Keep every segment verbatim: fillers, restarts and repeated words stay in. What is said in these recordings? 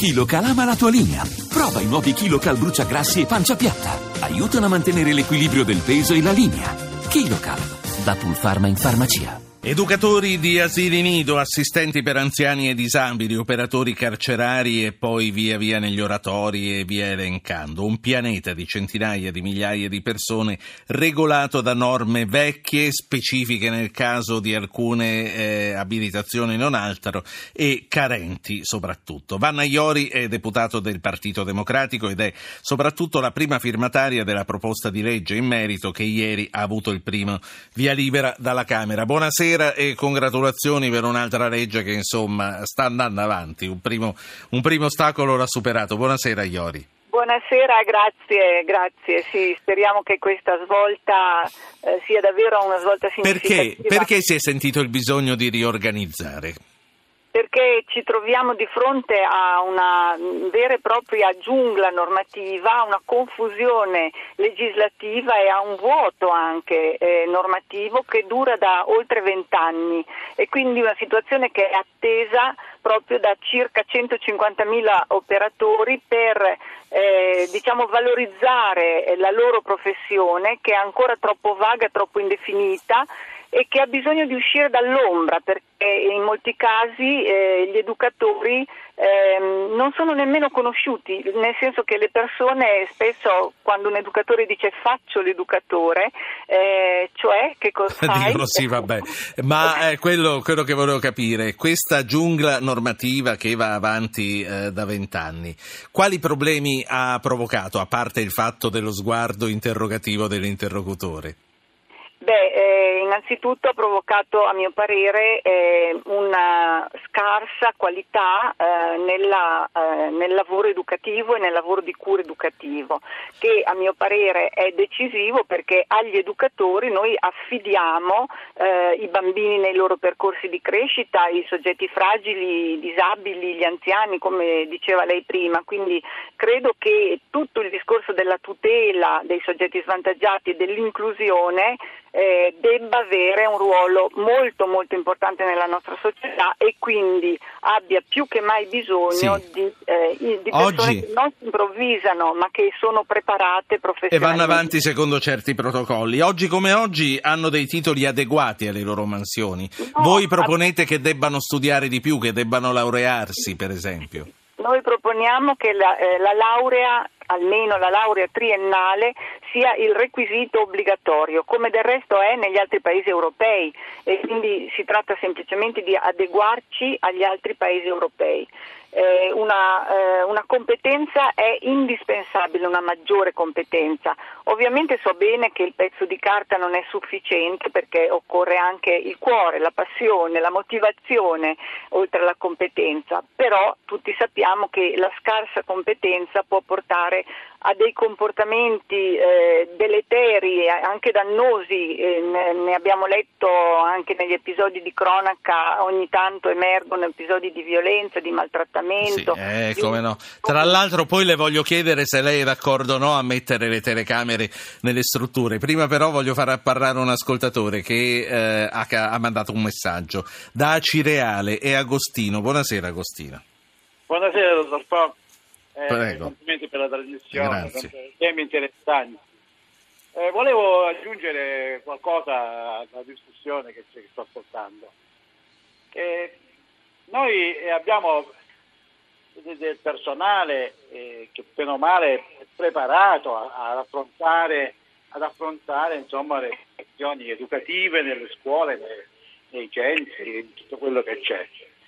KiloCal ama la tua linea. Prova i nuovi KiloCal bruciagrassi e pancia piatta. Aiutano a mantenere l'equilibrio del peso e la linea. KiloCal, da Pulpharma in farmacia. Educatori di asili nido, assistenti per anziani e disabili, operatori carcerari e poi via via negli oratori e via elencando. Un pianeta di centinaia di migliaia di persone regolato da norme vecchie, specifiche nel caso di alcune eh, abilitazioni non altro e carenti soprattutto. Vanna Iori è deputato del Partito Democratico ed è soprattutto la prima firmataria della proposta di legge in merito che ieri ha avuto il primo via libera dalla Camera. Buonasera e congratulazioni per un'altra legge che insomma sta andando avanti, un primo, un primo ostacolo l'ha superato. Buonasera Iori. Buonasera, grazie, grazie. Sì, speriamo che questa svolta eh, sia davvero una svolta significativa. Perché, perché si è sentito il bisogno di riorganizzare? Perché ci troviamo di fronte a una vera e propria giungla normativa, a una confusione legislativa e a un vuoto anche eh, normativo che dura da oltre vent'anni e quindi una situazione che è attesa proprio da circa centocinquantamila operatori per eh, diciamo valorizzare la loro professione, che è ancora troppo vaga, troppo indefinita e che ha bisogno di uscire dall'ombra, perché in molti casi eh, gli educatori eh, non sono nemmeno conosciuti, nel senso che le persone spesso, quando un educatore dice faccio l'educatore, eh, cioè che cosa fai? Dicono sì, vabbè, ma eh, quello, quello che volevo capire, questa giungla normativa che va avanti eh, da vent'anni, quali problemi ha provocato, a parte il fatto dello sguardo interrogativo dell'interlocutore? Beh, eh, innanzitutto ha provocato, a mio parere, eh, una scarsa qualità eh, nella, eh, nel lavoro educativo e nel lavoro di cura educativo, che a mio parere è decisivo perché agli educatori noi affidiamo eh, i bambini nei loro percorsi di crescita, i soggetti fragili, i disabili, gli anziani, come diceva lei prima, quindi credo che tutto il discorso della tutela dei soggetti svantaggiati e dell'inclusione Eh, debba avere un ruolo molto molto importante nella nostra società e quindi abbia più che mai bisogno sì. di, eh, di persone Oggi... che non si improvvisano ma che sono preparate professionalmente. E vanno avanti secondo certi protocolli. Oggi come oggi hanno dei titoli adeguati alle loro mansioni. No, Voi proponete ass- che debbano studiare di più, che debbano laurearsi per esempio? Noi proponiamo che la, eh, la laurea, almeno la laurea triennale, sia il requisito obbligatorio, come del resto è negli altri paesi europei, e quindi si tratta semplicemente di adeguarci agli altri paesi europei. Eh, una, eh, una competenza è indispensabile, una maggiore competenza. Ovviamente so bene che il pezzo di carta non è sufficiente perché occorre anche il cuore, la passione, la motivazione oltre alla competenza, però tutti sappiamo che la scarsa competenza può portare a dei comportamenti eh, deleteri, anche dannosi, eh, ne, ne abbiamo letto anche negli episodi di cronaca, ogni tanto emergono episodi di violenza, di maltrattamento. Sì, eh, come no. Tra l'altro poi le voglio chiedere se lei è d'accordo o no a mettere le telecamere nelle strutture. Prima però voglio far parlare un ascoltatore che eh, ha, ha mandato un messaggio da Acireale, è Agostino. Buonasera Agostino. Buonasera dottor Po. Eh, Prego. Complimenti per la trasmissione, Grazie. temi interessanti. Eh, volevo aggiungere qualcosa alla discussione che, che sto ascoltando. Eh, noi abbiamo del personale eh, che bene o male è preparato a, ad affrontare, ad affrontare insomma, le questioni educative nelle scuole, nei, nei centri, in tutto quello che c'è.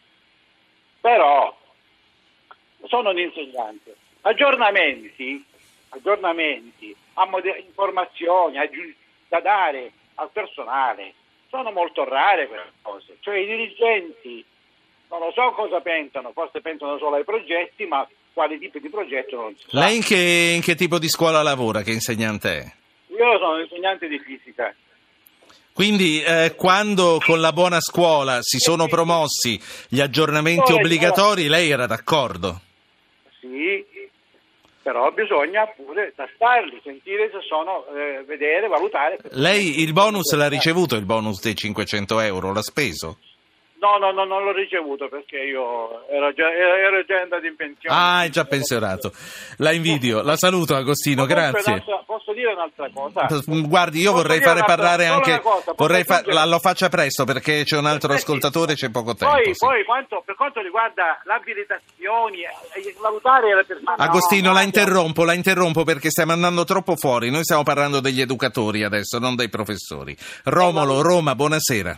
Però sono un insegnante. Aggiornamenti, aggiornamenti, informazioni aggi- da dare al personale sono molto rare queste cose. Cioè i dirigenti non lo so cosa pensano, forse pensano solo ai progetti, ma quali tipi di progetto non si sa. Lei in che, in che tipo di scuola lavora? Che insegnante è? Io sono un insegnante di fisica. Quindi eh, quando con la buona scuola si sono promossi gli aggiornamenti obbligatori, lei era d'accordo? Sì, però bisogna pure tastarli, sentire se sono, eh, vedere, valutare. Lei il bonus l'ha ricevuto, il bonus dei cinquecento euro, l'ha speso? No, no, no, non l'ho ricevuto perché io ero già, ero già andato in pensione. Ah, è già pensionato. La invidio, la saluto Agostino, grazie. Posso dire un'altra cosa? Guardi, io Posso vorrei dire fare parlare anche... cosa, vorrei fa... la, lo faccia presto perché c'è un altro ascoltatore e c'è poco tempo. Poi, sì. poi quanto, per quanto riguarda le abilitazioni, eh, valutare le persone... Agostino, no, la no, interrompo, la interrompo perché stiamo andando troppo fuori. Noi stiamo parlando degli educatori adesso, non dei professori. Romolo, Roma, buonasera.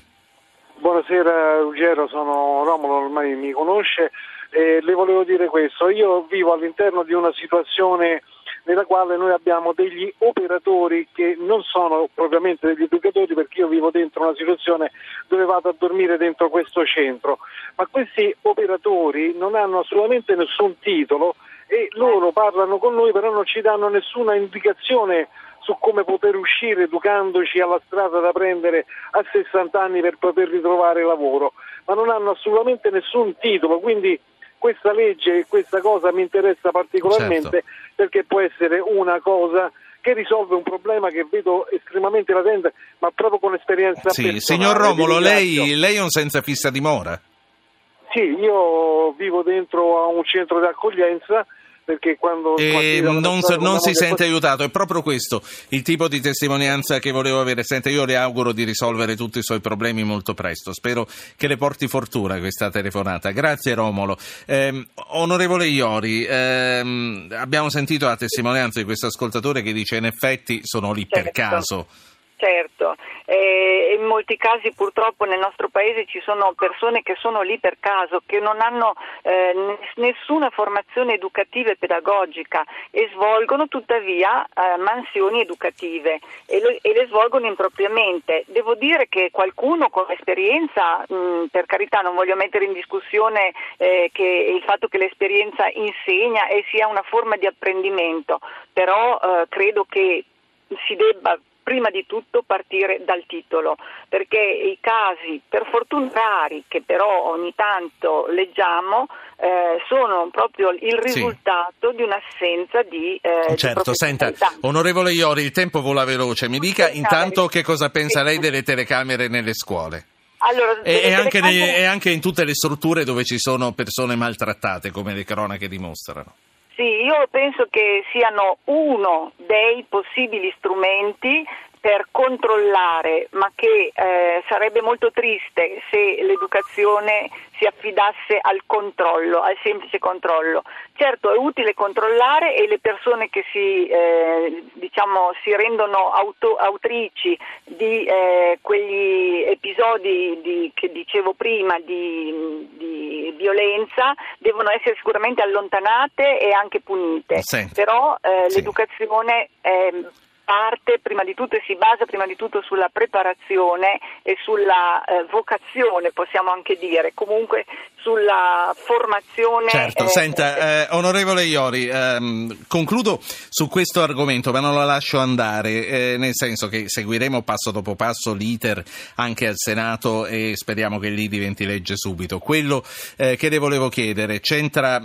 Buonasera Ruggero, sono Romolo, ormai mi conosce, e le volevo dire questo: io vivo all'interno di una situazione nella quale noi abbiamo degli operatori che non sono propriamente degli educatori, perché io vivo dentro una situazione dove vado a dormire dentro questo centro, ma questi operatori non hanno assolutamente nessun titolo e loro parlano con noi, però non ci danno nessuna indicazione su come poter uscire educandoci alla strada da prendere a sessanta anni per poter ritrovare lavoro, ma non hanno assolutamente nessun titolo, quindi questa legge e questa cosa mi interessa particolarmente, certo, perché può essere una cosa che risolve un problema che vedo estremamente latente, ma proprio con esperienza sì, personale. Signor Romolo, lei, lei è un senza fissa dimora? Sì, io vivo dentro a un centro di accoglienza, perché quando e non, storia, non si sente poi... aiutato, è proprio questo il tipo di testimonianza che volevo avere. Senta, io le auguro di risolvere tutti i suoi problemi molto presto, spero che le porti fortuna questa telefonata. Grazie Romolo. Eh, onorevole Iori, ehm, abbiamo sentito la testimonianza di questo ascoltatore che dice in effetti sono lì certo. per caso. Certo, eh, in molti casi purtroppo nel nostro paese ci sono persone che sono lì per caso, che non hanno eh, nessuna formazione educativa e pedagogica e svolgono tuttavia eh, mansioni educative e, lo, e le svolgono impropriamente. Devo dire che qualcuno con esperienza, mh, per carità non voglio mettere in discussione eh, che il fatto che l'esperienza insegna e sia una forma di apprendimento, però eh, credo che si debba prima di tutto partire dal titolo, perché i casi per fortuna rari che però ogni tanto leggiamo eh, sono proprio il risultato sì. di un'assenza di eh, certo, di senta, onorevole Iori, il tempo vola veloce, mi dica intanto che cosa pensa lei delle telecamere nelle scuole? Allora, e, e, anche telecamere... nei, e anche in tutte le strutture dove ci sono persone maltrattate, come le cronache dimostrano. Sì, io penso che siano uno dei possibili strumenti per controllare, ma che eh, sarebbe molto triste se l'educazione si affidasse al controllo, al semplice controllo. Certo è utile controllare e le persone che si, eh, diciamo, si rendono auto, autrici di eh, quegli episodi di, che dicevo prima di, di violenza devono essere sicuramente allontanate e anche punite. Sì. Però eh, sì. l'educazione è parte prima di tutto e si basa prima di tutto sulla preparazione e sulla eh, vocazione, possiamo anche dire, comunque sulla formazione. Certo, eh, senta, eh, onorevole Iori, ehm, concludo su questo argomento, ma non la lascio andare, eh, nel senso che seguiremo passo dopo passo l'iter anche al Senato e speriamo che lì diventi legge subito. Quello eh, che le volevo chiedere c'entra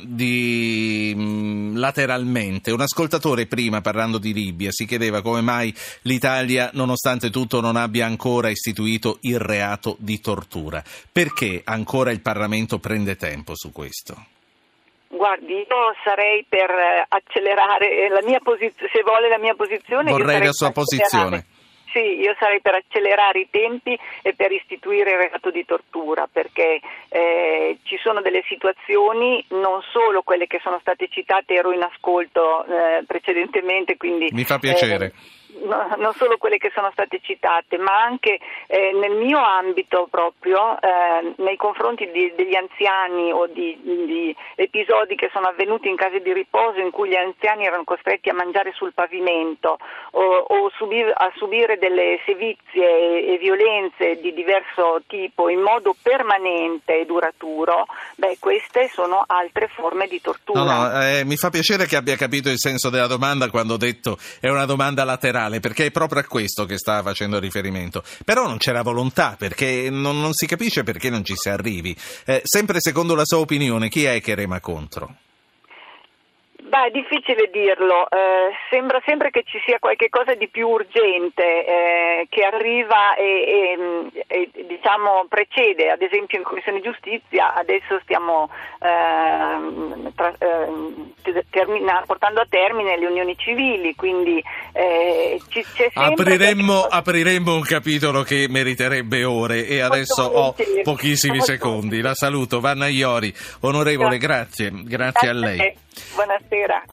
di mh, lateralmente. Un ascoltatore prima, parlando di Libia, si chiedeva come mai l'Italia, nonostante tutto, non abbia ancora istituito il reato di tortura. Perché ancora il Parlamento prende tempo su questo? Guardi, io sarei per accelerare la mia posizione, se vuole la mia posizione. Vorrei la sua posizione. Sì, io sarei per accelerare i tempi e per istituire il reato di tortura, perché eh, ci sono delle situazioni, non solo quelle che sono state citate, ero in ascolto eh, precedentemente, quindi mi fa piacere. Eh, No, non solo quelle che sono state citate, ma anche eh, nel mio ambito proprio, eh, nei confronti di, degli anziani o di, di episodi che sono avvenuti in case di riposo in cui gli anziani erano costretti a mangiare sul pavimento o, o subir, a subire delle sevizie e, e violenze di diverso tipo in modo permanente e duraturo, beh, queste sono altre forme di tortura. No, no, eh, mi fa piacere che abbia capito il senso della domanda quando ho detto è una domanda laterale, perché è proprio a questo che stava facendo riferimento. Però non c'era volontà, perché non, non si capisce perché non ci si arrivi. Eh, sempre secondo la sua opinione, chi è che rema contro? Beh, Ma è difficile dirlo, eh, sembra sempre che ci sia qualche cosa di più urgente eh, che arriva e, e, e diciamo precede, ad esempio in Commissione Giustizia adesso stiamo eh, tra, eh, termina, portando a termine le unioni civili, quindi eh, ci, c'è sempre apriremmo, qualche... apriremmo un capitolo che meriterebbe ore e adesso ho pochissimi Molto secondi. La saluto, Vanna Iori. Onorevole, grazie, grazie, grazie a lei. Buonasera.